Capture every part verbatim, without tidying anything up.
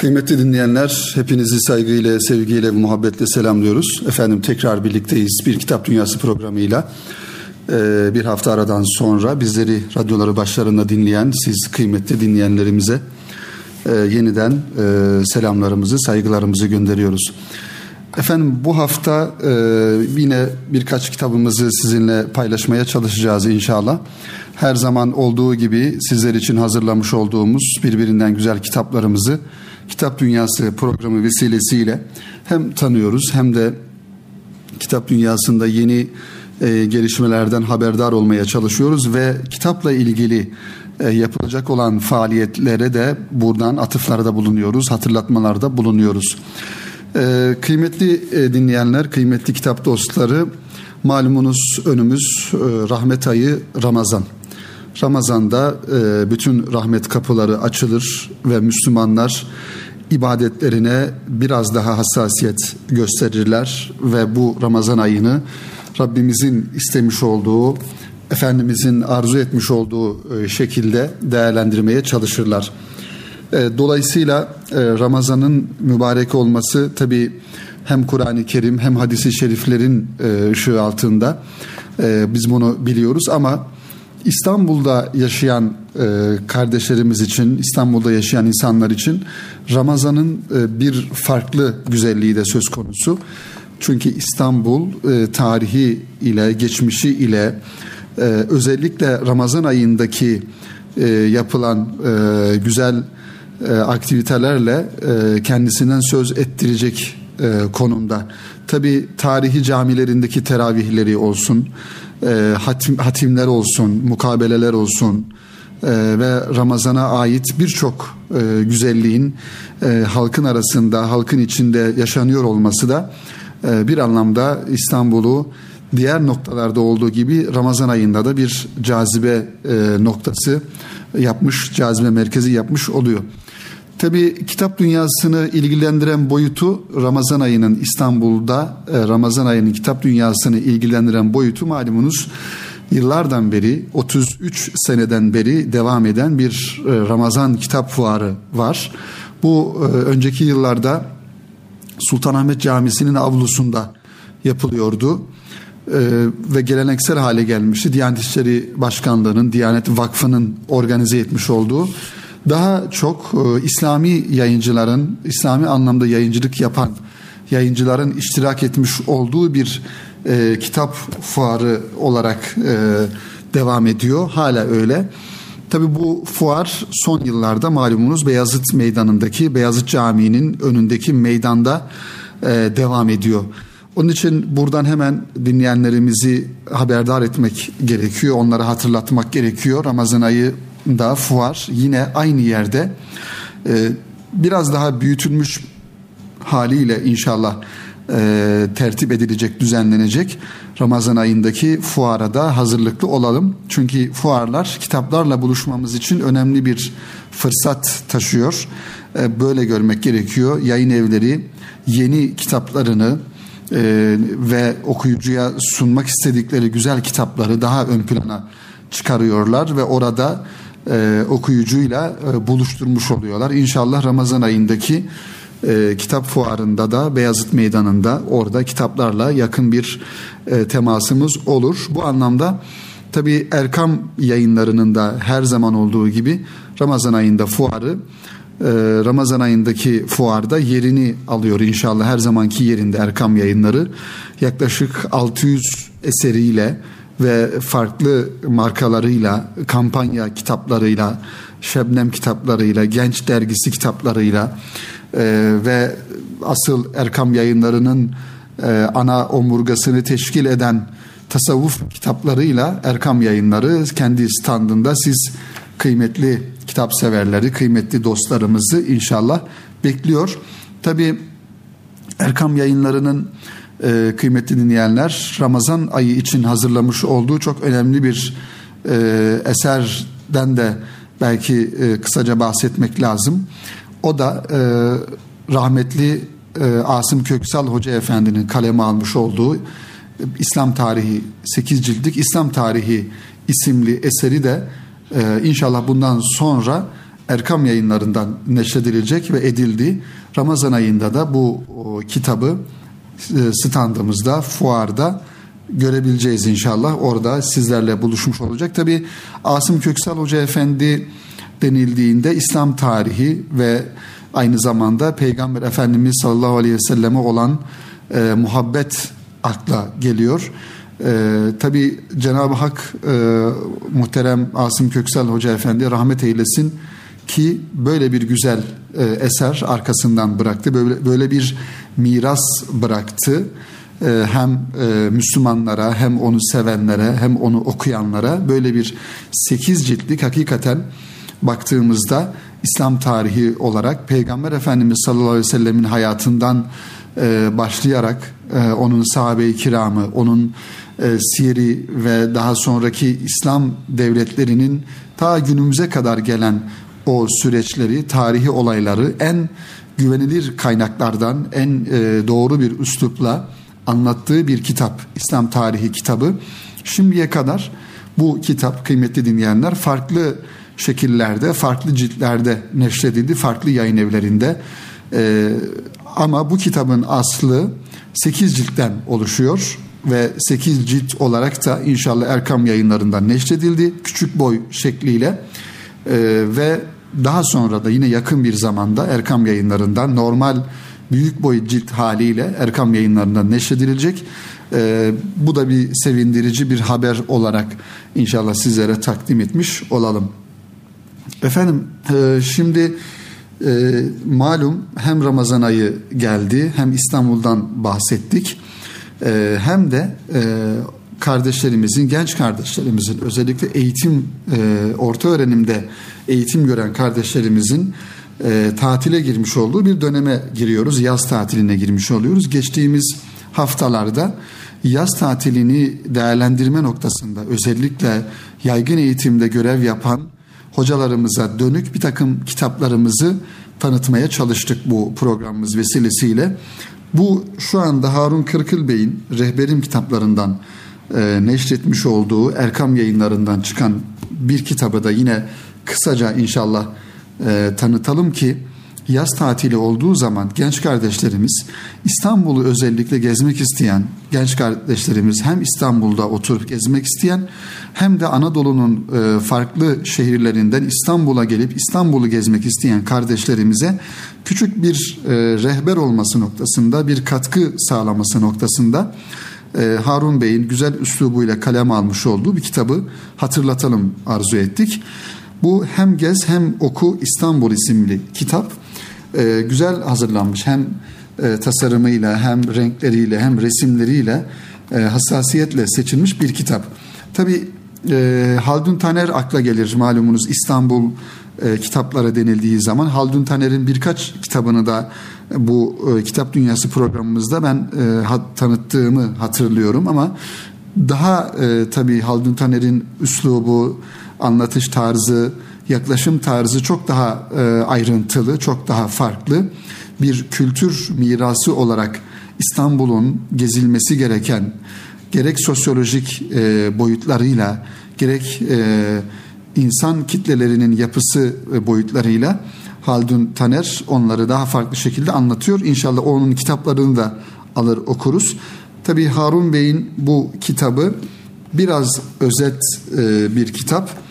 Kıymetli dinleyenler, hepinizi saygıyla, sevgiyle, muhabbetle selamlıyoruz. Efendim tekrar birlikteyiz bir Kitap Dünyası programıyla. Ee, bir hafta aradan sonra bizleri radyoları başlarında dinleyen siz kıymetli dinleyenlerimize e, yeniden e, selamlarımızı, saygılarımızı gönderiyoruz. Efendim bu hafta e, yine birkaç kitabımızı sizinle paylaşmaya çalışacağız inşallah. Her zaman olduğu gibi sizler için hazırlamış olduğumuz birbirinden güzel kitaplarımızı Kitap Dünyası programı vesilesiyle hem tanıyoruz hem de kitap dünyasında yeni e, gelişmelerden haberdar olmaya çalışıyoruz ve kitapla ilgili e, yapılacak olan faaliyetlere de buradan atıflarda bulunuyoruz, hatırlatmalarda bulunuyoruz. E, kıymetli e, dinleyenler, kıymetli kitap dostları, malumunuz önümüz e, rahmet ayı Ramazan. Ramazan'da e, bütün rahmet kapıları açılır ve Müslümanlar ibadetlerine biraz daha hassasiyet gösterirler ve bu Ramazan ayını Rabbimizin istemiş olduğu, Efendimizin arzu etmiş olduğu e, şekilde değerlendirmeye çalışırlar. E, dolayısıyla e, Ramazan'ın mübarek olması tabii hem Kur'an-ı Kerim hem hadis-i şeriflerin e, ışığı altında e, biz bunu biliyoruz ama İstanbul'da yaşayan e, kardeşlerimiz için, İstanbul'da yaşayan insanlar için Ramazan'ın e, bir farklı güzelliği de söz konusu. Çünkü İstanbul e, tarihi ile, geçmişi ile e, özellikle Ramazan ayındaki e, yapılan e, güzel e, aktivitelerle e, kendisinden söz ettirecek e, konumda. Tabii tarihi camilerindeki teravihleri olsun, E, hatim, hatimler olsun, mukabeleler olsun e, ve Ramazan'a ait birçok e, güzelliğin e, halkın arasında, halkın içinde yaşanıyor olması da e, bir anlamda İstanbul'u diğer noktalarda olduğu gibi Ramazan ayında da bir cazibe e, noktası yapmış, cazibe merkezi yapmış oluyor. Tabii kitap dünyasını ilgilendiren boyutu Ramazan ayının İstanbul'da Ramazan ayının kitap dünyasını ilgilendiren boyutu malumunuz yıllardan beri otuz üç seneden beri devam eden bir Ramazan kitap fuarı var. Bu önceki yıllarda Sultanahmet Camisi'nin avlusunda yapılıyordu ve geleneksel hale gelmişti. Diyanet İşleri Başkanlığı'nın, Diyanet Vakfı'nın organize etmiş olduğu, daha çok e, İslami yayıncıların, İslami anlamda yayıncılık yapan yayıncıların iştirak etmiş olduğu bir e, kitap fuarı olarak e, devam ediyor. Hala öyle. Tabii bu fuar son yıllarda malumunuz Beyazıt Meydanı'ndaki, Beyazıt Camii'nin önündeki meydanda e, devam ediyor. Onun için buradan hemen dinleyenlerimizi haberdar etmek gerekiyor, onlara hatırlatmak gerekiyor. Ramazan ayı da fuar yine aynı yerde e, biraz daha büyütülmüş haliyle inşallah e, tertip edilecek, düzenlenecek. Ramazan ayındaki fuara da hazırlıklı olalım. Çünkü fuarlar kitaplarla buluşmamız için önemli bir fırsat taşıyor. E, böyle görmek gerekiyor. Yayın evleri yeni kitaplarını e, ve okuyucuya sunmak istedikleri güzel kitapları daha ön plana çıkarıyorlar ve orada e, okuyucuyla e, buluşturmuş oluyorlar. İnşallah Ramazan ayındaki e, kitap fuarında da Beyazıt Meydanı'nda orada kitaplarla yakın bir e, temasımız olur. Bu anlamda tabii Erkam Yayınları'nın da her zaman olduğu gibi Ramazan ayında fuarı e, Ramazan ayındaki fuarda yerini alıyor inşallah, her zamanki yerinde Erkam Yayınları yaklaşık altı yüz eseriyle ve farklı markalarıyla, kampanya kitaplarıyla, Şebnem kitaplarıyla, Genç Dergisi kitaplarıyla e, ve asıl Erkam Yayınları'nın e, ana omurgasını teşkil eden tasavvuf kitaplarıyla Erkam Yayınları kendi standında siz kıymetli kitap severleri, kıymetli dostlarımızı inşallah bekliyor. Tabii Erkam Yayınları'nın Ee, kıymetli dinleyenler, Ramazan ayı için hazırlamış olduğu çok önemli bir e, eserden de belki e, kısaca bahsetmek lazım. O da e, rahmetli e, Asım Köksal Hoca Efendi'nin kaleme almış olduğu e, İslam Tarihi, sekiz ciltlik İslam Tarihi isimli eseri de e, inşallah bundan sonra Erkam Yayınlarından neşredilecek ve edildi. Ramazan ayında da bu o, kitabı e, standımızda, fuarda görebileceğiz inşallah. Orada sizlerle buluşmuş olacak. Tabii Asım Köksal Hoca Efendi denildiğinde İslam tarihi ve aynı zamanda Peygamber Efendimiz sallallahu aleyhi ve selleme olan e, muhabbet akla geliyor. E, tabii Cenab-ı Hak e, muhterem Asım Köksal Hoca Efendi rahmet eylesin ki böyle bir güzel e, eser arkasından bıraktı. Böyle böyle bir miras bıraktı. E, hem e, Müslümanlara, hem onu sevenlere, hem onu okuyanlara böyle bir sekiz ciltlik, hakikaten baktığımızda İslam tarihi olarak Peygamber Efendimiz sallallahu aleyhi ve sellemin hayatından e, başlayarak e, onun sahabe-i kiramı, onun e, siyeri ve daha sonraki İslam devletlerinin ta günümüze kadar gelen o süreçleri, tarihi olayları en güvenilir kaynaklardan en e, doğru bir üslupla anlattığı bir kitap, İslam tarihi kitabı. Şimdiye kadar bu kitap, kıymetli dinleyenler, farklı şekillerde, farklı ciltlerde neşredildi, farklı yayın evlerinde. Ee, ama bu kitabın aslı sekiz ciltten oluşuyor ve sekiz cilt olarak da inşallah Erkam Yayınlarından neşredildi. Küçük boy şekliyle ee, ve daha sonra da yine yakın bir zamanda Erkam Yayınlarından normal büyük boy cilt haliyle Erkam Yayınlarından neşredilecek. Ee, bu da bir sevindirici bir haber olarak inşallah sizlere takdim etmiş olalım. Efendim e, şimdi e, malum hem Ramazan ayı geldi, hem İstanbul'dan bahsettik, e, hem de e, kardeşlerimizin, genç kardeşlerimizin, özellikle eğitim, e, orta öğrenimde eğitim gören kardeşlerimizin e, tatile girmiş olduğu bir döneme giriyoruz. Yaz tatiline girmiş oluyoruz. Geçtiğimiz haftalarda yaz tatilini değerlendirme noktasında özellikle yaygın eğitimde görev yapan hocalarımıza dönük bir takım kitaplarımızı tanıtmaya çalıştık bu programımız vesilesiyle. Bu şu anda Harun Kırkıl Bey'in Rehberim kitaplarından e, neşretmiş olduğu Erkam Yayınlarından çıkan bir kitabı da yine kısaca inşallah e, tanıtalım ki yaz tatili olduğu zaman genç kardeşlerimiz, İstanbul'u özellikle gezmek isteyen genç kardeşlerimiz, hem İstanbul'da oturup gezmek isteyen hem de Anadolu'nun e, farklı şehirlerinden İstanbul'a gelip İstanbul'u gezmek isteyen kardeşlerimize küçük bir e, rehber olması noktasında, bir katkı sağlaması noktasında e, Harun Bey'in güzel üslubuyla kaleme almış olduğu bir kitabı hatırlatalım arzu ettik. Bu Hem Gez Hem Oku İstanbul isimli kitap e, güzel hazırlanmış. Hem e, tasarımıyla, hem renkleriyle, hem resimleriyle e, hassasiyetle seçilmiş bir kitap. Tabii e, Haldun Taner akla gelir, malumunuz İstanbul e, kitapları denildiği zaman. Haldun Taner'in birkaç kitabını da bu e, Kitap Dünyası programımızda ben e, ha, tanıttığımı hatırlıyorum ama daha e, tabii Haldun Taner'in üslubu, anlatış tarzı, yaklaşım tarzı çok daha e, ayrıntılı, çok daha farklı. Bir kültür mirası olarak İstanbul'un gezilmesi gereken, gerek sosyolojik e, boyutlarıyla, gerek e, insan kitlelerinin yapısı e, boyutlarıyla Haldun Taner onları daha farklı şekilde anlatıyor. İnşallah onun kitaplarını da alır okuruz. Tabii Harun Bey'in bu kitabı biraz özet e, bir kitap.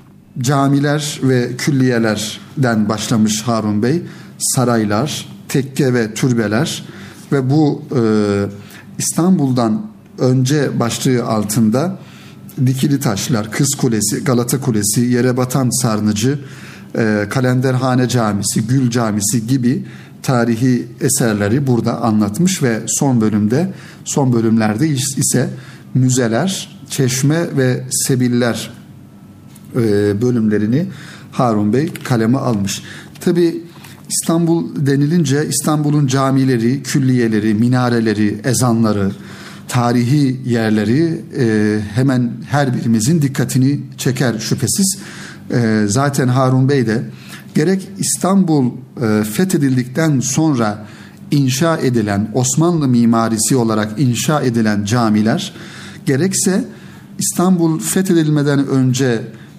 Camiler ve külliyelerden başlamış Harun Bey. Saraylar, tekke ve türbeler ve bu e, İstanbul'dan önce başlığı altında Dikili Taşlar, Kız Kulesi, Galata Kulesi, Yerebatan Sarnıcı, e, Kalenderhane Camisi, Gül Camisi gibi tarihi eserleri burada anlatmış ve son bölümde, son bölümlerde ise müzeler, çeşme ve sebiller bölümlerini Harun Bey kaleme almış. Tabii İstanbul denilince İstanbul'un camileri, külliyeleri, minareleri, ezanları, tarihi yerleri e, hemen her birimizin dikkatini çeker şüphesiz. E, zaten Harun Bey de gerek İstanbul e, fethedildikten sonra inşa edilen, Osmanlı mimarisi olarak inşa edilen camiler, gerekse İstanbul fethedilmeden önce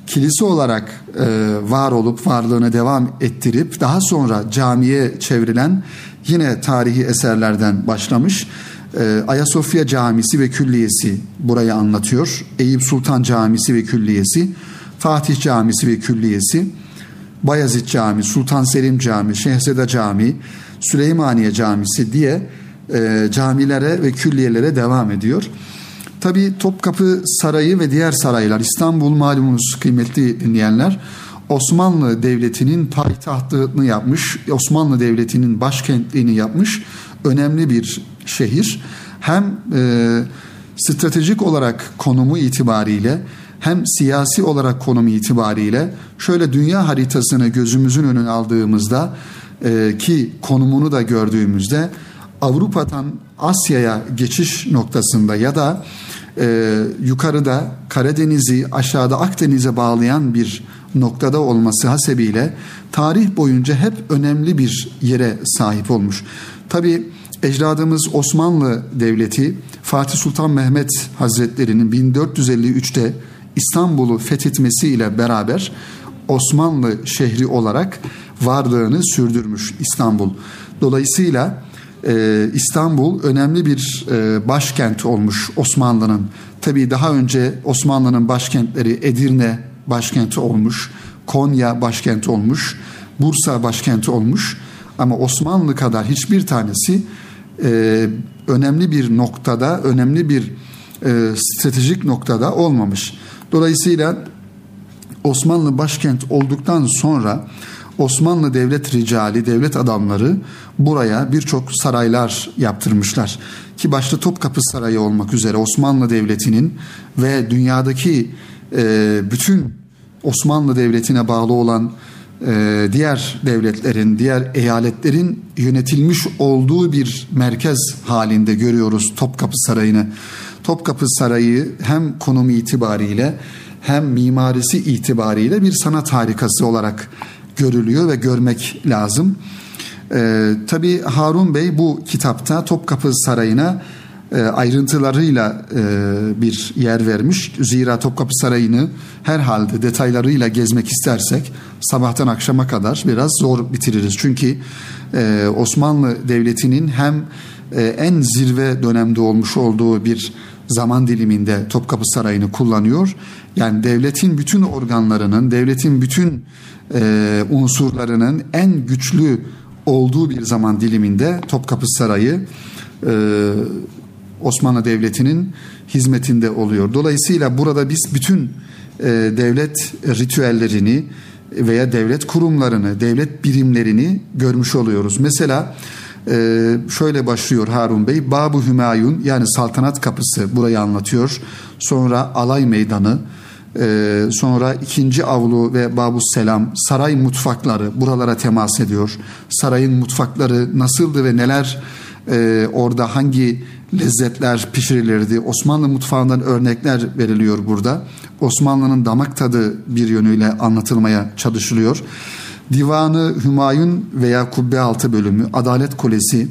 kilise olarak e, var olup varlığını devam ettirip daha sonra camiye çevrilen yine tarihi eserlerden başlamış. E, Ayasofya Camisi ve Külliyesi burayı anlatıyor. Eyüp Sultan Camisi ve Külliyesi, Fatih Camisi ve Külliyesi, Bayezid Camii, Sultan Selim Camii, Şehzade Camii, Süleymaniye Camisi diye e, camilere ve külliyelere devam ediyor. Tabii Topkapı Sarayı ve diğer saraylar, İstanbul malumunuz kıymetli dinleyenler, Osmanlı Devleti'nin payitahtını yapmış, Osmanlı Devleti'nin başkentliğini yapmış önemli bir şehir. Hem e, stratejik olarak konumu itibariyle hem siyasi olarak konumu itibariyle şöyle dünya haritasını gözümüzün önüne aldığımızda e, ki konumunu da gördüğümüzde Avrupa'dan Asya'ya geçiş noktasında ya da e, yukarıda Karadeniz'i aşağıda Akdeniz'e bağlayan bir noktada olması hasebiyle tarih boyunca hep önemli bir yere sahip olmuş. Tabii ecdadımız Osmanlı Devleti Fatih Sultan Mehmet Hazretleri'nin bin dört yüz elli üçte İstanbul'u fethetmesiyle beraber Osmanlı şehri olarak varlığını sürdürmüş İstanbul. Dolayısıyla e, İstanbul önemli bir e, başkent olmuş Osmanlı'nın. Tabii daha önce Osmanlı'nın başkentleri Edirne başkenti olmuş, Konya başkenti olmuş, Bursa başkenti olmuş. Ama Osmanlı kadar hiçbir tanesi e, önemli bir noktada, önemli bir e, stratejik noktada olmamış. Dolayısıyla Osmanlı başkent olduktan sonra Osmanlı devlet ricali, devlet adamları buraya birçok saraylar yaptırmışlar. Ki başta Topkapı Sarayı olmak üzere Osmanlı Devleti'nin ve dünyadaki e, bütün Osmanlı Devleti'ne bağlı olan e, diğer devletlerin, diğer eyaletlerin yönetilmiş olduğu bir merkez halinde görüyoruz Topkapı Sarayı'nı. Topkapı Sarayı hem konumu itibariyle hem mimarisi itibariyle bir sanat harikası olarak görülüyor ve görmek lazım. Ee, tabii Harun Bey bu kitapta Topkapı Sarayı'na e, ayrıntılarıyla e, bir yer vermiş. Zira Topkapı Sarayı'nı herhalde detaylarıyla gezmek istersek sabahtan akşama kadar biraz zor bitiririz. Çünkü e, Osmanlı Devleti'nin hem e, en zirve dönemde olmuş olduğu bir zaman diliminde Topkapı Sarayı'nı kullanıyor. Yani devletin bütün organlarının, devletin bütün e, unsurlarının en güçlü olduğu bir zaman diliminde Topkapı Sarayı e, Osmanlı Devleti'nin hizmetinde oluyor. Dolayısıyla burada biz bütün e, devlet ritüellerini veya devlet kurumlarını, devlet birimlerini görmüş oluyoruz. Mesela Ee, şöyle başlıyor Harun Bey. Bab-ı Hümayun yani saltanat kapısı burayı anlatıyor. Sonra alay meydanı, e, sonra ikinci avlu ve Bab-ı Selam, saray mutfakları buralara temas ediyor. Sarayın mutfakları nasıldı ve neler e, orada hangi lezzetler pişirilirdi? Osmanlı mutfağından örnekler veriliyor burada. Osmanlı'nın damak tadı bir yönüyle anlatılmaya çalışılıyor. Divanı Hümayun veya Kubbealtı bölümü, Adalet Kulesi,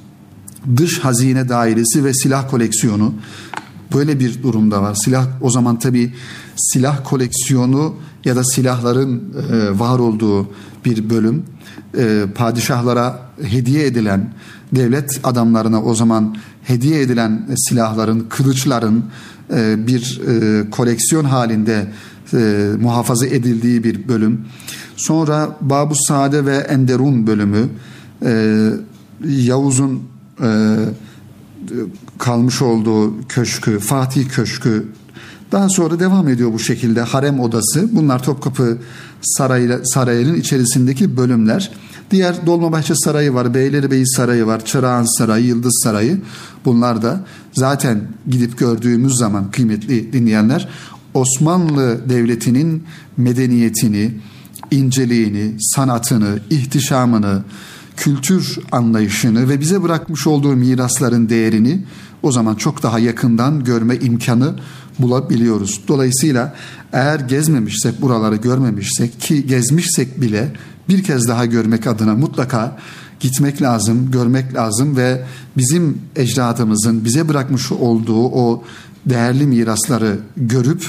Dış Hazine Dairesi ve silah koleksiyonu böyle bir durumda var. Silah o zaman tabii silah koleksiyonu ya da silahların e, var olduğu bir bölüm. E, padişahlara hediye edilen, devlet adamlarına o zaman hediye edilen silahların, kılıçların e, bir e, koleksiyon halinde e, muhafaza edildiği bir bölüm. Sonra Bab-ı Saade ve Enderun bölümü, e, Yavuz'un e, kalmış olduğu köşkü, Fatih Köşkü. Daha sonra devam ediyor bu şekilde Harem Odası. Bunlar Topkapı Sarayı, Sarayı'nın içerisindeki bölümler. Diğer Dolmabahçe Sarayı var, Beylerbeyi Sarayı var, Çırağan Sarayı, Yıldız Sarayı. Bunlar da zaten gidip gördüğümüz zaman kıymetli dinleyenler Osmanlı Devleti'nin medeniyetini, inceliğini, sanatını, ihtişamını, kültür anlayışını ve bize bırakmış olduğu mirasların değerini o zaman çok daha yakından görme imkanı bulabiliyoruz. Dolayısıyla eğer gezmemişsek, buraları görmemişsek ki gezmişsek bile bir kez daha görmek adına mutlaka gitmek lazım, görmek lazım ve bizim ecdadımızın bize bırakmış olduğu o değerli mirasları görüp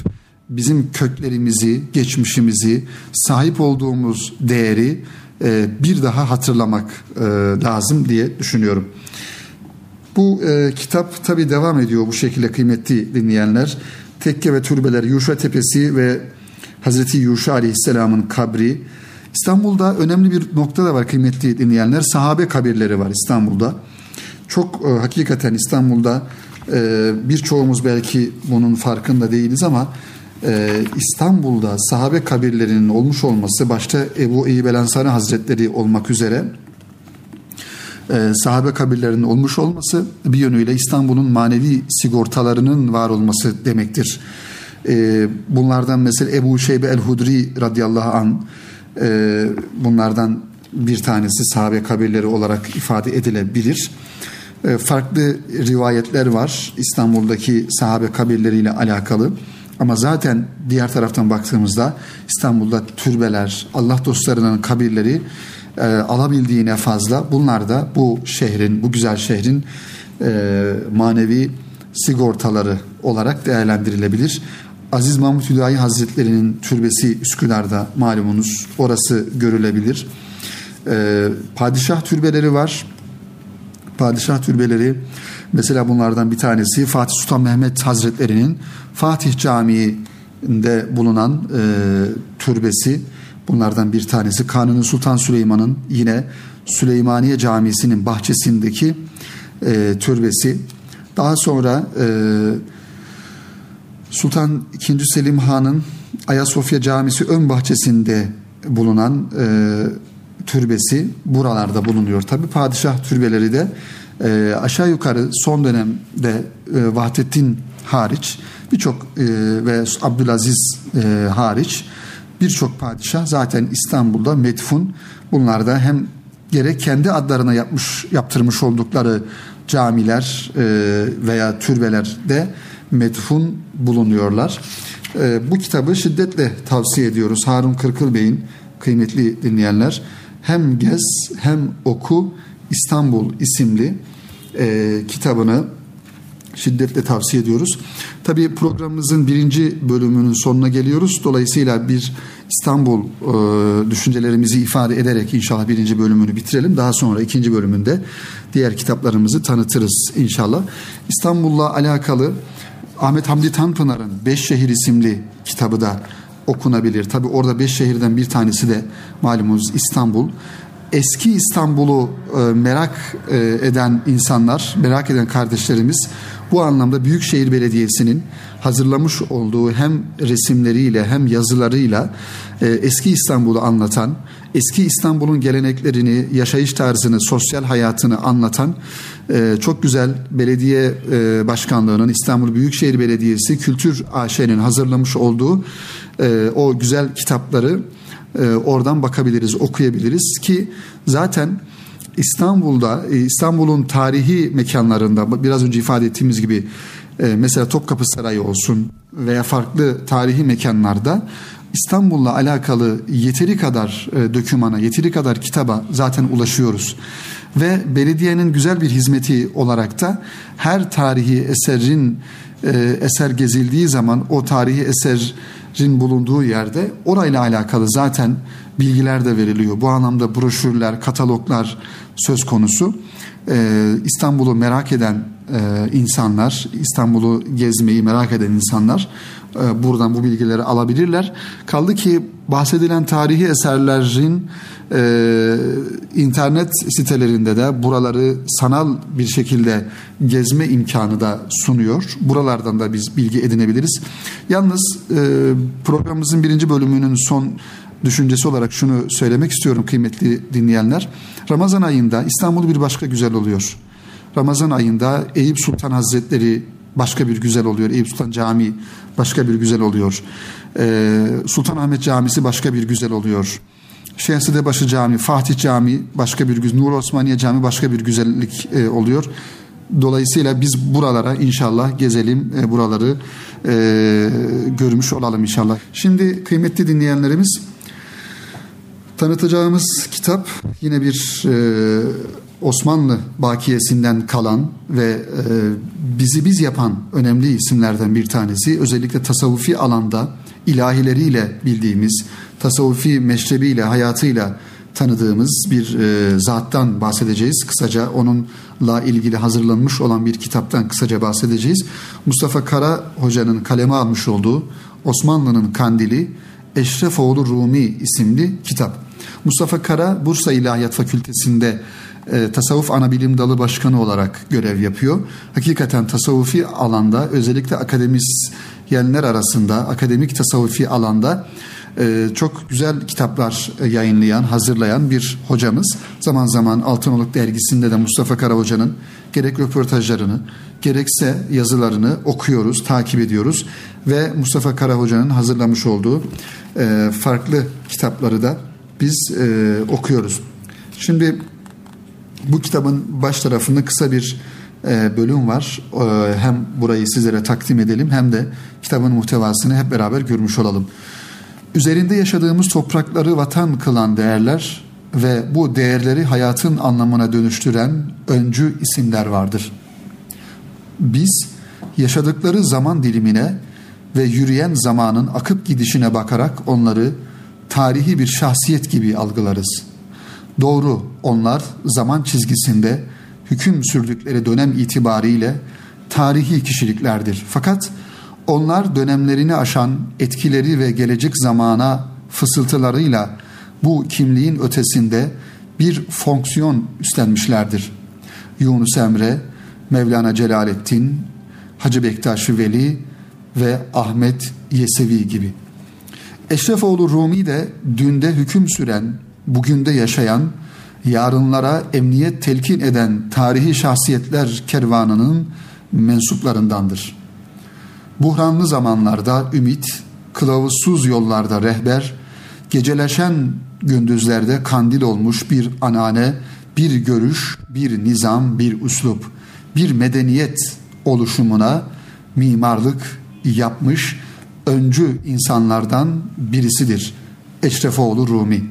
bizim köklerimizi, geçmişimizi, sahip olduğumuz değeri e, bir daha hatırlamak e, lazım diye düşünüyorum. Bu e, kitap tabii devam ediyor bu şekilde kıymetli dinleyenler. Tekke ve türbeler, Yuşa Tepesi ve Hazreti Yuşa Aleyhisselam'ın kabri. İstanbul'da önemli bir nokta da var kıymetli dinleyenler. Sahabe kabirleri var İstanbul'da. Çok e, hakikaten İstanbul'da e, birçoğumuz belki bunun farkında değiliz ama e, İstanbul'da sahabe kabirlerinin olmuş olması, başta Ebu Eyyub el-Ensari Hazretleri olmak üzere e, sahabe kabirlerinin olmuş olması bir yönüyle İstanbul'un manevi sigortalarının var olması demektir. E, bunlardan mesela Ebu Şeybe el-Hudri radıyallahu anh e, bunlardan bir tanesi sahabe kabirleri olarak ifade edilebilir. E, farklı rivayetler var İstanbul'daki sahabe kabirleriyle alakalı. Ama zaten diğer taraftan baktığımızda İstanbul'da türbeler, Allah dostlarının kabirleri e, alabildiğine fazla. Bunlar da bu şehrin, bu güzel şehrin e, manevi sigortaları olarak değerlendirilebilir. Aziz Mahmud Hüdayi Hazretleri'nin türbesi Üsküdar'da malumunuz, orası görülebilir. E, padişah türbeleri var. Padişah türbeleri mesela bunlardan bir tanesi Fatih Sultan Mehmet Hazretleri'nin Fatih Camii'nde bulunan e, türbesi. Bunlardan bir tanesi Kanuni Sultan Süleyman'ın yine Süleymaniye Camisi'nin bahçesindeki e, türbesi. Daha sonra e, Sultan ikinci. Selim Han'ın Ayasofya Camisi ön bahçesinde bulunan e, türbesi buralarda bulunuyor. Tabi padişah türbeleri de e, aşağı yukarı son dönemde e, Vahdettin hariç birçok e, ve Abdülaziz e, hariç birçok padişah zaten İstanbul'da medfun. Bunlar da hem gerek kendi adlarına yapmış yaptırmış oldukları camiler e, veya türbelerde medfun bulunuyorlar. E, bu kitabı şiddetle tavsiye ediyoruz. Harun Kırkıl Bey'in kıymetli dinleyenler hem gez hem oku İstanbul isimli e, kitabını şiddetle tavsiye ediyoruz. Tabii programımızın birinci bölümünün sonuna geliyoruz. Dolayısıyla bir İstanbul e, düşüncelerimizi ifade ederek inşallah birinci bölümünü bitirelim. Daha sonra ikinci bölümünde diğer kitaplarımızı tanıtırız inşallah. İstanbul'la alakalı Ahmet Hamdi Tanpınar'ın Beş Şehir isimli kitabı da okunabilir. Tabii orada beş şehirden bir tanesi de malumunuz İstanbul. Eski İstanbul'u e, merak e, eden insanlar, merak eden kardeşlerimiz bu anlamda Büyükşehir Belediyesi'nin hazırlamış olduğu hem resimleriyle hem yazılarıyla e, eski İstanbul'u anlatan, eski İstanbul'un geleneklerini, yaşayış tarzını, sosyal hayatını anlatan e, çok güzel belediye e, başkanlığının İstanbul Büyükşehir Belediyesi Kültür A Ş'nin hazırlamış olduğu e, o güzel kitapları e, oradan bakabiliriz, okuyabiliriz ki zaten İstanbul'da, İstanbul'un tarihi mekanlarında biraz önce ifade ettiğimiz gibi mesela Topkapı Sarayı olsun veya farklı tarihi mekanlarda İstanbul'la alakalı yeteri kadar dokümana, yeteri kadar kitaba zaten ulaşıyoruz. Ve belediyenin güzel bir hizmeti olarak da her tarihi eserin eser gezildiği zaman o tarihi eserin bulunduğu yerde orayla alakalı zaten bilgiler de veriliyor. Bu anlamda broşürler, kataloglar söz konusu. Ee, İstanbul'u merak eden e, insanlar, İstanbul'u gezmeyi merak eden insanlar e, buradan bu bilgileri alabilirler. Kaldı ki bahsedilen tarihi eserlerin e, internet sitelerinde de buraları sanal bir şekilde gezme imkanı da sunuyor. Buralardan da biz bilgi edinebiliriz. Yalnız e, programımızın birinci bölümünün son düşüncesi olarak şunu söylemek istiyorum kıymetli dinleyenler. Ramazan ayında İstanbul bir başka güzel oluyor. Ramazan ayında Eyüp Sultan Hazretleri başka bir güzel oluyor. Eyüp Sultan Camii başka bir güzel oluyor. Ee, Sultanahmet Camisi başka bir güzel oluyor. Şehzadebaşı Camii, Fatih Camii başka bir güzel, Nur Osmaniye Camii başka bir güzellik e, oluyor. Dolayısıyla biz buralara inşallah gezelim, e, buraları e, görmüş olalım inşallah. Şimdi kıymetli dinleyenlerimiz, tanıtacağımız kitap yine bir e, Osmanlı bakiyesinden kalan ve e, bizi biz yapan önemli isimlerden bir tanesi. Özellikle tasavvufi alanda ilahileriyle bildiğimiz, tasavvufi meşrebiyle, hayatıyla tanıdığımız bir e, zattan bahsedeceğiz. Kısaca onunla ilgili hazırlanmış olan bir kitaptan kısaca bahsedeceğiz. Mustafa Kara Hoca'nın kaleme almış olduğu Osmanlı'nın Kandili Eşrefoğlu Rumi isimli kitap. Mustafa Kara Bursa İlahiyat Fakültesi'nde e, tasavvuf anabilim dalı başkanı olarak görev yapıyor. Hakikaten tasavvufi alanda, özellikle akademisyenler arasında, akademik tasavvufi alanda e, çok güzel kitaplar yayınlayan, hazırlayan bir hocamız. Zaman zaman Altınoluk dergisinde de Mustafa Kara Hoca'nın gerek röportajlarını, gerekse yazılarını okuyoruz, takip ediyoruz ve Mustafa Kara Hoca'nın hazırlamış olduğu e, farklı kitapları da biz e, okuyoruz. Şimdi bu kitabın baş tarafında kısa bir e, bölüm var. E, hem burayı sizlere takdim edelim hem de kitabın muhtevasını hep beraber görmüş olalım. Üzerinde yaşadığımız toprakları vatan kılan değerler ve bu değerleri hayatın anlamına dönüştüren öncü isimler vardır. Biz yaşadıkları zaman dilimine ve yürüyen zamanın akıp gidişine bakarak onları tarihi bir şahsiyet gibi algılarız. Doğru, onlar zaman çizgisinde hüküm sürdükleri dönem itibariyle tarihi kişiliklerdir. Fakat onlar dönemlerini aşan etkileri ve gelecek zamana fısıltılarıyla bu kimliğin ötesinde bir fonksiyon üstlenmişlerdir. Yunus Emre, Mevlana Celaleddin, Hacı Bektaş Veli ve Ahmet Yesevi gibi. Eşrefoğlu Rumi de dünde hüküm süren, bugünde yaşayan, yarınlara emniyet telkin eden tarihi şahsiyetler kervanının mensuplarındandır. Buhranlı zamanlarda ümit, kılavuzsuz yollarda rehber, geceleşen gündüzlerde kandil olmuş bir anane, bir görüş, bir nizam, bir üslup, bir medeniyet oluşumuna mimarlık yapmış öncü insanlardan birisidir Eşrefoğlu Rumi.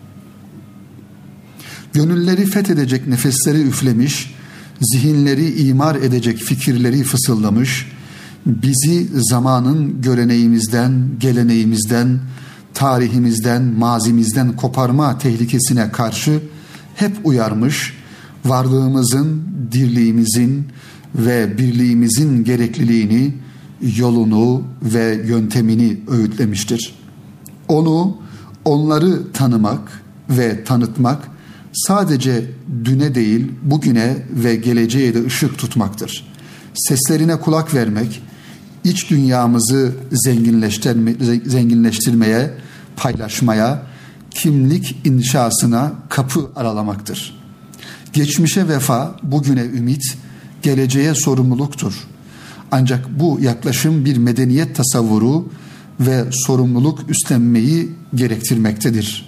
Gönülleri fethedecek nefesleri üflemiş, zihinleri imar edecek fikirleri fısıldamış, bizi zamanın göreneğimizden, geleneğimizden, tarihimizden, mazimizden koparma tehlikesine karşı hep uyarmış, varlığımızın, dirliğimizin ve birliğimizin gerekliliğini, yolunu ve yöntemini öğütlemiştir. Onu, onları tanımak ve tanıtmak sadece düne değil, bugüne ve geleceğe de ışık tutmaktır. Seslerine kulak vermek, iç dünyamızı zenginleştirme, zenginleştirmeye, paylaşmaya, kimlik inşasına kapı aralamaktır. Geçmişe vefa, bugüne ümit, geleceğe sorumluluktur. Ancak bu yaklaşım bir medeniyet tasavvuru ve sorumluluk üstlenmeyi gerektirmektedir.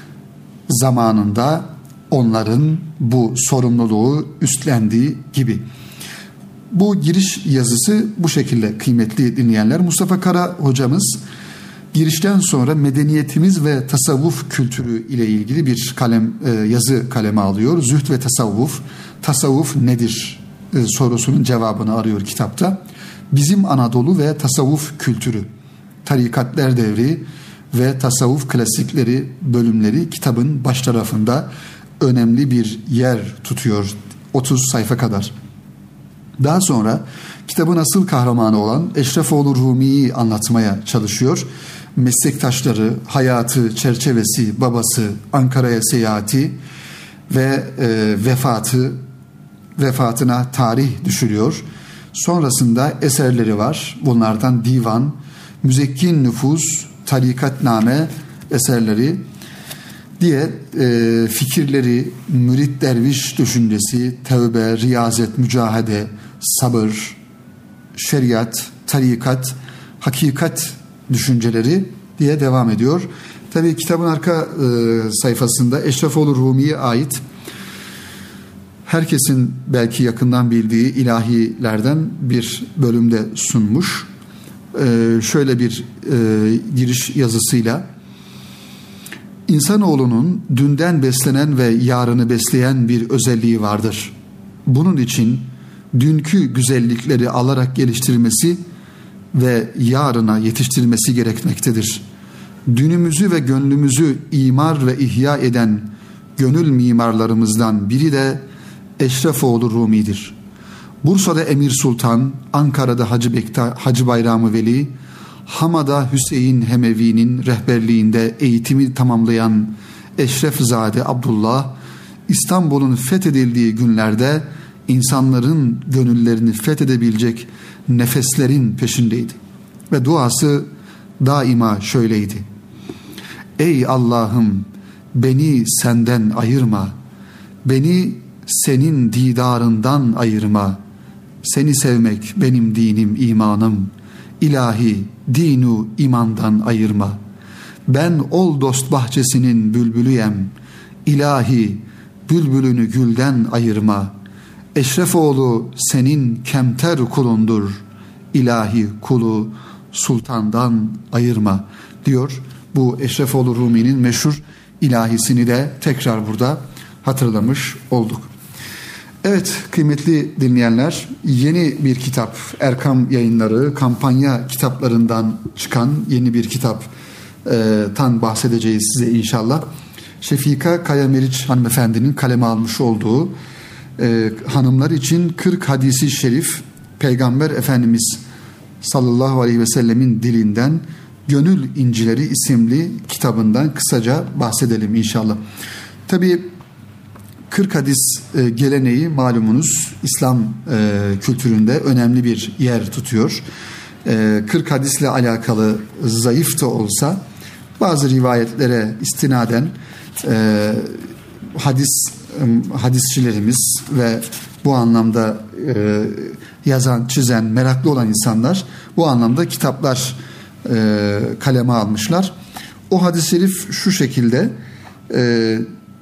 Zamanında onların bu sorumluluğu üstlendiği gibi. Bu giriş yazısı bu şekilde kıymetli dinleyenler. Mustafa Kara hocamız girişten sonra medeniyetimiz ve tasavvuf kültürü ile ilgili bir kalem yazı kaleme alıyor. Zühd ve tasavvuf, tasavvuf nedir sorusunun cevabını arıyor kitapta. Bizim Anadolu ve tasavvuf kültürü, tarikatler devri ve tasavvuf klasikleri bölümleri kitabın baş tarafında önemli bir yer tutuyor, otuz sayfa kadar. Daha sonra kitabın asıl kahramanı olan Eşrefoğlu Rumi'yi anlatmaya çalışıyor. Meslektaşları, hayatı, çerçevesi, babası, Ankara'ya seyahati ve e, vefatı, vefatına tarih düşürüyor. Sonrasında eserleri var. Bunlardan divan, müzekkin nüfuz, tarikatname eserleri diye e, fikirleri, mürit derviş düşüncesi, tevbe, riyazet, mücahede, sabır, şeriat, tarikat, hakikat düşünceleri diye devam ediyor. Tabii kitabın arka e, sayfasında Eşrefoğlu Rumi'ye ait herkesin belki yakından bildiği ilahilerden bir bölümde sunmuş. E, şöyle bir e, giriş yazısıyla: İnsanoğlunun dünden beslenen ve yarını besleyen bir özelliği vardır. Bunun için dünkü güzellikleri alarak geliştirmesi ve yarına yetiştirilmesi gerekmektedir. Dünümüzü ve gönlümüzü imar ve ihya eden gönül mimarlarımızdan biri de Eşrefoğlu Rumi'dir. Bursa'da Emir Sultan, Ankara'da Hacı, Bekta, Hacı Bayram Veli, Hama'da Hüseyin Hemevi'nin rehberliğinde eğitimi tamamlayan Eşrefzade Abdullah, İstanbul'un fethedildiği günlerde insanların gönüllerini fethedebilecek nefeslerin peşindeydi. Ve duası daima şöyleydi: Ey Allah'ım, beni senden ayırma, beni senin didarından ayırma. Seni sevmek benim dinim, imanım. İlahi dinu imandan ayırma. Ben ol dost bahçesinin bülbülüyem. İlahi bülbülünü gülden ayırma. Eşrefoğlu senin kemter kulundur. İlahi kulu sultandan ayırma diyor. Bu Eşrefoğlu Rumi'nin meşhur ilahisini de tekrar burada hatırlamış olduk. Evet kıymetli dinleyenler, yeni bir kitap, Erkam Yayınları kampanya kitaplarından çıkan yeni bir kitaptan bahsedeceğiz size inşallah. Şefika Kaya Meriç hanımefendinin kaleme almış olduğu e, hanımlar için kırk hadisi şerif, Peygamber Efendimiz sallallahu aleyhi ve sellemin dilinden Gönül İncileri isimli kitabından kısaca bahsedelim inşallah. Tabii kırk hadis e, geleneği malumunuz İslam e, kültüründe önemli bir yer tutuyor. E, kırk hadisle alakalı zayıf da olsa bazı rivayetlere istinaden e, hadis e, hadisçilerimiz ve bu anlamda e, yazan, çizen, meraklı olan insanlar bu anlamda kitaplar e, kaleme almışlar. O hadis-i şerif şu şekilde e,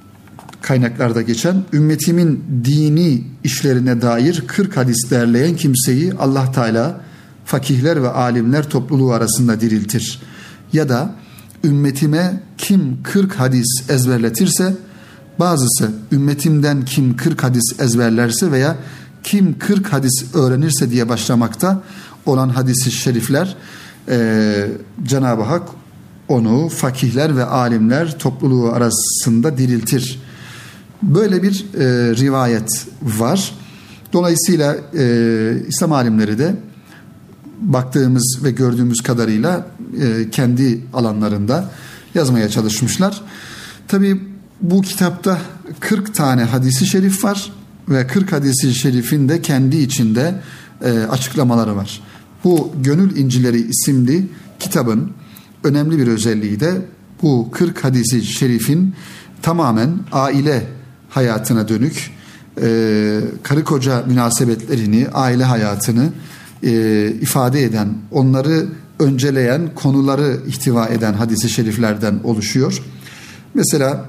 kaynaklarda geçen: ümmetimin dini işlerine dair kırk hadis derleyen kimseyi Allah Teala fakihler ve alimler topluluğu arasında diriltir. Ya da ümmetime kim kırk hadis ezberletirse, bazısı ümmetimden kim kırk hadis ezberlerse veya kim kırk hadis öğrenirse diye başlamakta olan hadis-i şerifler e, Cenab-ı Hak onu fakihler ve alimler topluluğu arasında diriltir. Böyle bir e, rivayet var. Dolayısıyla e, İslam alimleri de baktığımız ve gördüğümüz kadarıyla e, kendi alanlarında yazmaya çalışmışlar. Tabii bu kitapta kırk tane hadisi şerif var ve kırk hadisi şerifin de kendi içinde e, açıklamaları var. Bu Gönül İncileri isimli kitabın önemli bir özelliği de bu kırk hadisi şerifin tamamen aile hayatına dönük, e, karı koca münasebetlerini, aile hayatını e, ifade eden, onları önceleyen konuları ihtiva eden hadis-i şeriflerden oluşuyor. Mesela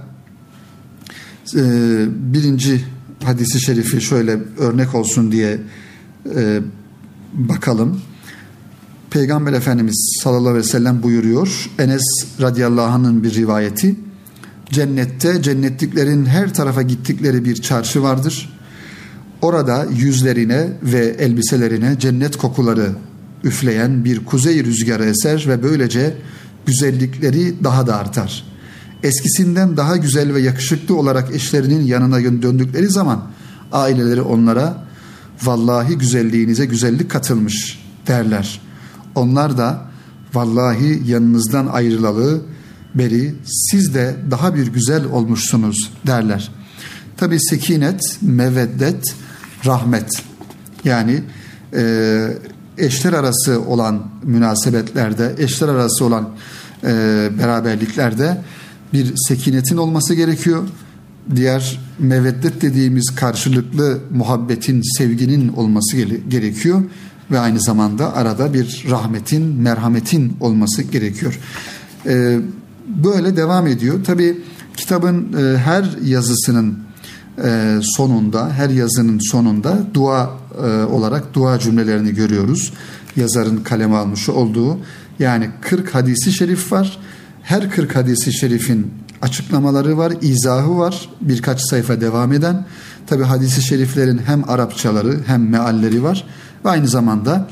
e, birinci hadis-i şerifi şöyle örnek olsun diye e, bakalım. Peygamber Efendimiz sallallahu aleyhi ve sellem buyuruyor, Enes radıyallahu anh'ın bir rivayeti: cennette cennetliklerin her tarafa gittikleri bir çarşı vardır. Orada yüzlerine ve elbiselerine cennet kokuları üfleyen bir kuzey rüzgarı eser ve böylece güzellikleri daha da artar. Eskisinden daha güzel ve yakışıklı olarak eşlerinin yanına döndükleri zaman aileleri onlara vallahi güzelliğinize güzellik katılmış derler. Onlar da vallahi yanınızdan ayrılalı beri siz de daha bir güzel olmuşsunuz derler. Tabi sekinet, meveddet, rahmet, yani e, eşler arası olan münasebetlerde, eşler arası olan e, beraberliklerde bir sekinetin olması gerekiyor. Diğer meveddet dediğimiz karşılıklı muhabbetin, sevginin olması gerekiyor ve aynı zamanda arada bir rahmetin, merhametin olması gerekiyor. E, böyle devam ediyor. Tabii kitabın e, her yazısının e, sonunda, her yazının sonunda dua e, olarak dua cümlelerini görüyoruz. Yazarın kaleme almış olduğu, yani kırk hadisi şerif var. Her kırk hadisi şerifin açıklamaları var, izahı var. Birkaç sayfa devam eden. Tabii hadisi şeriflerin hem Arapçaları hem mealleri var. Ve aynı zamanda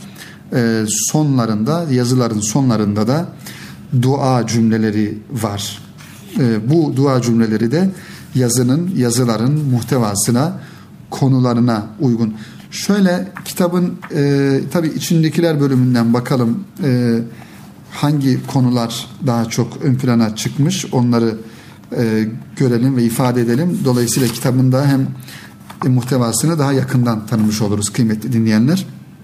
e, sonlarında, yazıların sonlarında da dua cümleleri var. E, bu dua cümleleri de yazının, yazıların muhtevasına, konularına uygun. Şöyle kitabın e, tabii içindekiler bölümünden bakalım e, hangi konular daha çok ön plana çıkmış, onları e, görelim ve ifade edelim. Dolayısıyla kitabın da hem e, muhtevasını daha yakından tanımış oluruz kıymetli dinleyenler.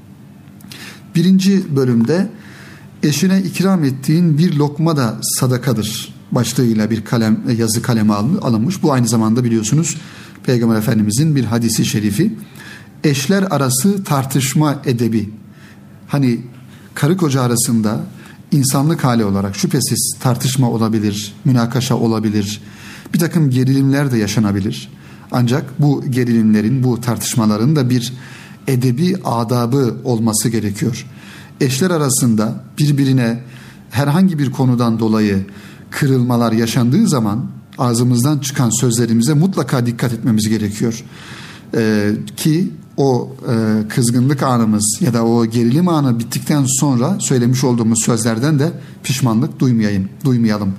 Birinci bölümde eşine ikram ettiğin bir lokma da sadakadır başlığıyla bir kalem, yazı kaleme alınmış. Bu aynı zamanda biliyorsunuz Peygamber Efendimizin bir hadisi şerifi. Eşler arası tartışma edebi. Hani karı koca arasında insanlık hali olarak şüphesiz tartışma olabilir, münakaşa olabilir, bir takım gerilimler de yaşanabilir. Ancak bu gerilimlerin, bu tartışmaların da bir edebi adabı olması gerekiyor. Eşler arasında birbirine herhangi bir konudan dolayı kırılmalar yaşandığı zaman ağzımızdan çıkan sözlerimize mutlaka dikkat etmemiz gerekiyor. Ee, ki o e, kızgınlık anımız ya da o gerilim anı bittikten sonra söylemiş olduğumuz sözlerden de pişmanlık duymayayım, duymayalım.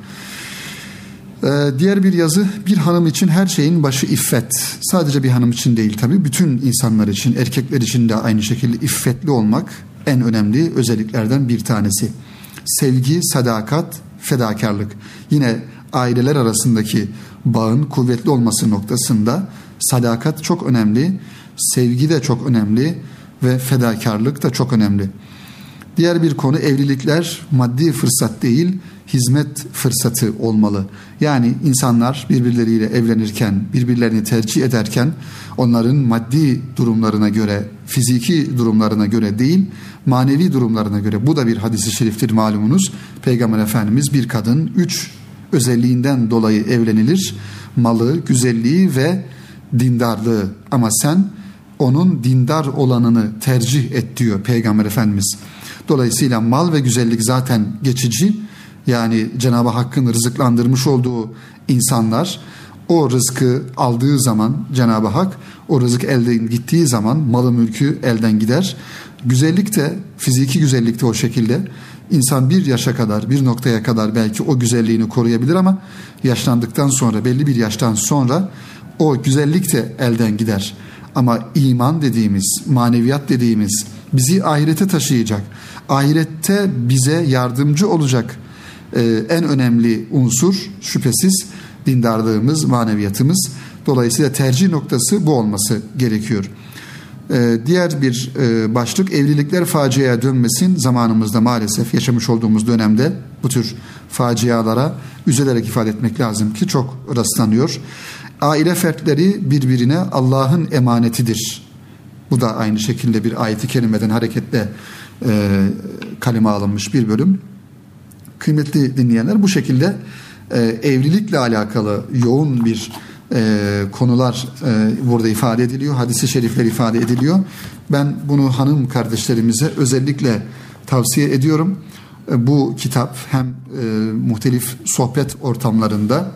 Ee, diğer bir yazı, bir hanım için her şeyin başı iffet. Sadece bir hanım için değil tabii, bütün insanlar için, erkekler için de aynı şekilde iffetli olmak en önemli özelliklerden bir tanesi. Sevgi, sadakat, fedakarlık. Yine aileler arasındaki bağın kuvvetli olması noktasında sadakat çok önemli, sevgi de çok önemli ve fedakarlık da çok önemli. Diğer bir konu, evlilikler maddi fırsat değil, hizmet fırsatı olmalı. Yani insanlar birbirleriyle evlenirken, birbirlerini tercih ederken onların maddi durumlarına göre, fiziki durumlarına göre değil, manevi durumlarına göre. Bu da bir hadis-i şeriftir malumunuz. Peygamber Efendimiz bir kadın üç özelliğinden dolayı evlenilir. Malı, güzelliği ve dindarlığı. Ama sen onun dindar olanını tercih et diyor Peygamber Efendimiz. Dolayısıyla mal ve güzellik zaten geçici. Yani Cenab-ı Hakk'ın rızıklandırmış olduğu insanlar o rızkı aldığı zaman Cenab-ı Hak o rızık elden gittiği zaman malı mülkü elden gider. Güzellik de, fiziki güzellik de o şekilde. İnsan bir yaşa kadar, bir noktaya kadar belki o güzelliğini koruyabilir ama yaşlandıktan sonra, belli bir yaştan sonra o güzellik de elden gider. Ama iman dediğimiz, maneviyat dediğimiz bizi ahirete taşıyacak, ahirette bize yardımcı olacak Ee, en önemli unsur şüphesiz dindarlığımız, maneviyatımız. Dolayısıyla tercih noktası bu olması gerekiyor. Ee, diğer bir e, başlık, evlilikler faciaya dönmesin. Zamanımızda maalesef yaşamış olduğumuz dönemde bu tür facialara üzülerek ifade etmek lazım ki çok rastlanıyor. Aile fertleri birbirine Allah'ın emanetidir. Bu da aynı şekilde bir ayet-i kerimeden hareketle e, kaleme alınmış bir bölüm. Kıymetli dinleyenler, bu şekilde e, evlilikle alakalı yoğun bir e, konular e, burada ifade ediliyor. Hadis-i şerifler ifade ediliyor. Ben bunu hanım kardeşlerimize özellikle tavsiye ediyorum. E, bu kitap hem e, muhtelif sohbet ortamlarında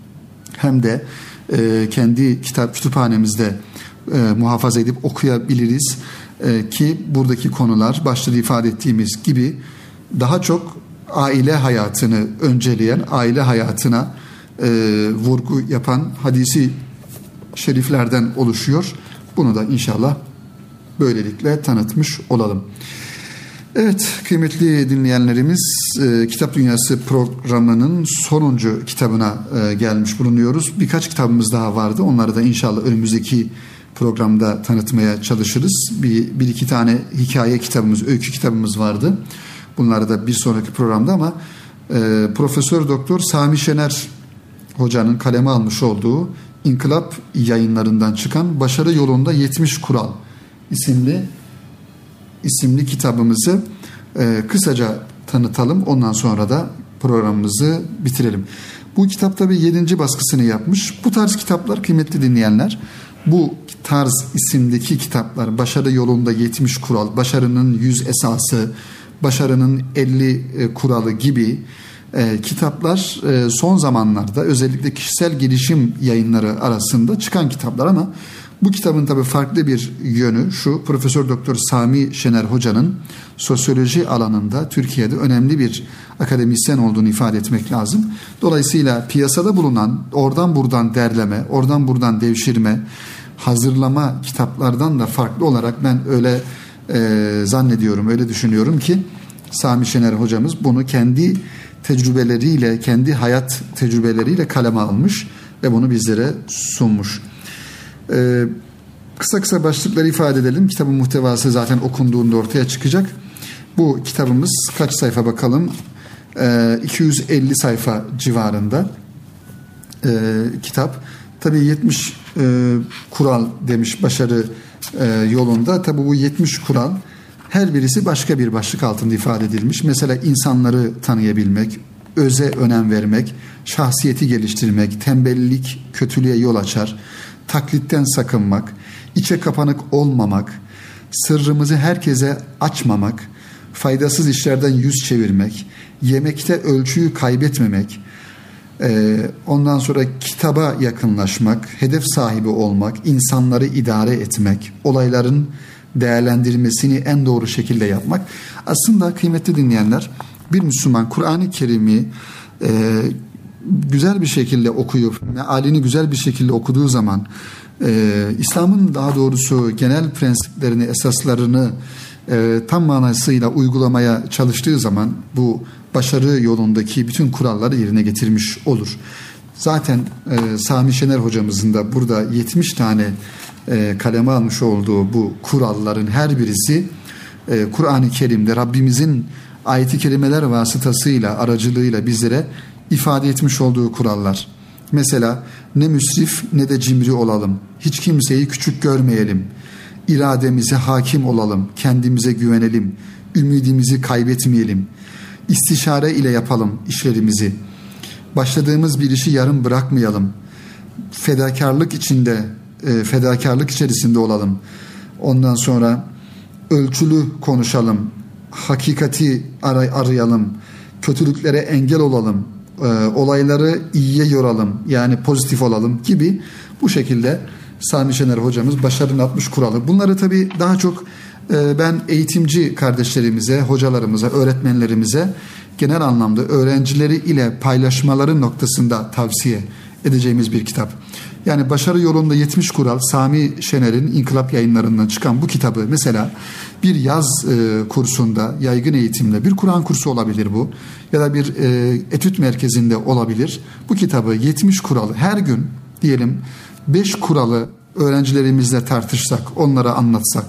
hem de e, kendi kitap kütüphanemizde e, muhafaza edip okuyabiliriz. E, ki buradaki konular başta ifade ettiğimiz gibi daha çok aile hayatını önceleyen, aile hayatına e, vurgu yapan hadisi şeriflerden oluşuyor. Bunu da inşallah böylelikle tanıtmış olalım. Evet kıymetli dinleyenlerimiz, e, Kitap Dünyası programının sonuncu kitabına e, gelmiş bulunuyoruz. Birkaç kitabımız daha vardı. Onları da inşallah önümüzdeki programda tanıtmaya çalışırız. Bir, bir iki tane hikaye kitabımız, öykü kitabımız vardı. Bunları da bir sonraki programda ama e, Profesör Doktor Sami Şener Hoca'nın kaleme almış olduğu İnkılap Yayınlarından çıkan Başarı Yolunda yetmiş Kural isimli isimli kitabımızı e, kısaca tanıtalım. Ondan sonra da programımızı bitirelim. Bu kitap tabii yedinci baskısını yapmış. Bu tarz kitaplar kıymetli dinleyenler, bu tarz isimdeki kitaplar, Başarı Yolunda yetmiş Kural, Başarının yüz Esası, Başarının elli Kuralı gibi e, kitaplar e, son zamanlarda özellikle kişisel gelişim yayınları arasında çıkan kitaplar ama Bu kitabın tabii farklı bir yönü şu: Profesör Doktor Sami Şener Hoca'nın sosyoloji alanında Türkiye'de önemli bir akademisyen olduğunu ifade etmek lazım. Dolayısıyla piyasada bulunan oradan buradan derleme, oradan buradan devşirme, hazırlama kitaplardan da farklı olarak ben öyle e, zannediyorum, öyle düşünüyorum ki Sami Şener hocamız bunu kendi tecrübeleriyle, kendi hayat tecrübeleriyle kaleme almış ve bunu bizlere sunmuş. Ee, kısa kısa başlıkları ifade edelim. Kitabın muhtevası zaten okunduğunda ortaya çıkacak. Bu kitabımız kaç sayfa bakalım? Ee, iki yüz elli sayfa civarında ee, kitap. Tabii yetmiş e, kural demiş başarı e, yolunda. Tabii bu yetmiş kural her birisi başka bir başlık altında ifade edilmiş. Mesela insanları tanıyabilmek, öze önem vermek, şahsiyeti geliştirmek, tembellik kötülüğe yol açar, taklitten sakınmak, içe kapanık olmamak, sırrımızı herkese açmamak, faydasız işlerden yüz çevirmek, yemekte ölçüyü kaybetmemek, ondan sonra kitaba yakınlaşmak, hedef sahibi olmak, insanları idare etmek, olayların değerlendirmesini en doğru şekilde yapmak. Aslında kıymetli dinleyenler, bir Müslüman Kur'an-ı Kerim'i e, güzel bir şekilde okuyup, mealini güzel bir şekilde okuduğu zaman, e, İslam'ın daha doğrusu genel prensiplerini, esaslarını e, tam manasıyla uygulamaya çalıştığı zaman bu başarı yolundaki bütün kuralları yerine getirmiş olur. Zaten e, Sami Şener hocamızın da burada yetmiş tane e, kaleme almış olduğu bu kuralların her birisi e, Kur'an-ı Kerim'de Rabbimizin ayet-i kerimeler vasıtasıyla, aracılığıyla bizlere ifade etmiş olduğu kurallar. Mesela ne müsrif ne de cimri olalım, hiç kimseyi küçük görmeyelim, irademize hakim olalım, kendimize güvenelim, ümidimizi kaybetmeyelim, istişare ile yapalım işlerimizi, başladığımız bir işi yarım bırakmayalım, fedakarlık içinde, e, fedakarlık içerisinde olalım, ondan sonra ölçülü konuşalım, hakikati aray- arayalım, kötülüklere engel olalım, e, olayları iyiye yoralım, yani pozitif olalım gibi bu şekilde Sami Şener hocamız başarının altmış kuralı. Bunları tabii daha çok e, ben eğitimci kardeşlerimize, hocalarımıza, öğretmenlerimize genel anlamda öğrencileri ile paylaşmaları noktasında tavsiye edeceğimiz bir kitap. Yani başarı yolunda yetmiş kural, Sami Şener'in İnkılap Yayınları'ndan çıkan bu kitabı mesela bir yaz e, kursunda, yaygın eğitimde, bir Kur'an kursu olabilir bu ya da bir e, etüt merkezinde olabilir. Bu kitabı yetmiş kuralı her gün diyelim beş kuralı öğrencilerimizle tartışsak, onlara anlatsak,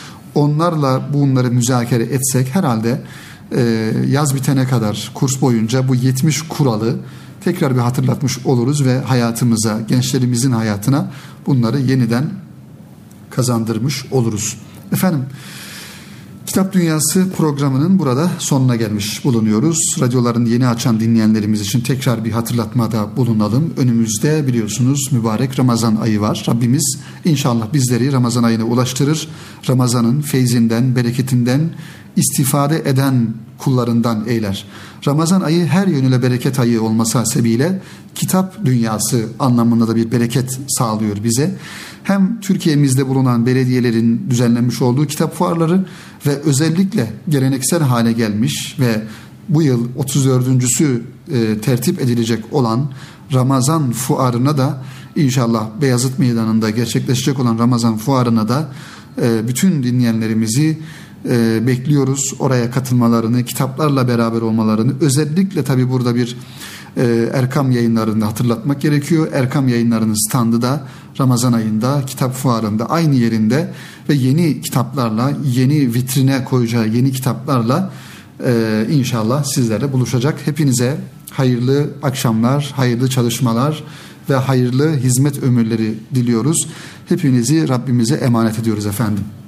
onlarla bunları müzakere etsek herhalde e, yaz bitene kadar kurs boyunca bu yetmiş kuralı tekrar bir hatırlatmış oluruz ve hayatımıza, gençlerimizin hayatına bunları yeniden kazandırmış oluruz. Efendim, Kitap Dünyası programının burada sonuna gelmiş bulunuyoruz. Radyoların yeni açan dinleyenlerimiz için tekrar bir hatırlatmada bulunalım. Önümüzde biliyorsunuz mübarek Ramazan ayı var. Rabbimiz inşallah bizleri Ramazan ayına ulaştırır. Ramazan'ın feyzinden, bereketinden istifade eden kullarından eyler. Ramazan ayı her yönüyle bereket ayı olması hasebiyle kitap dünyası anlamında da bir bereket sağlıyor bize. Hem Türkiye'mizde bulunan belediyelerin düzenlenmiş olduğu kitap fuarları ve özellikle geleneksel hale gelmiş ve bu yıl otuz dördüncüsü e, tertip edilecek olan Ramazan fuarına da inşallah Beyazıt Meydanı'nda gerçekleşecek olan Ramazan fuarına da e, bütün dinleyenlerimizi e, bekliyoruz. Oraya katılmalarını, kitaplarla beraber olmalarını, özellikle tabii burada bir e, Erkam Yayınları'nda hatırlatmak gerekiyor. Erkam Yayınları'nın standı da Ramazan ayında kitap fuarında aynı yerinde ve yeni kitaplarla, yeni vitrine koyacağı yeni kitaplarla e, inşallah sizlerle buluşacak. Hepinize hayırlı akşamlar, hayırlı çalışmalar ve hayırlı hizmet ömürleri diliyoruz. Hepinizi Rabbimize emanet ediyoruz efendim.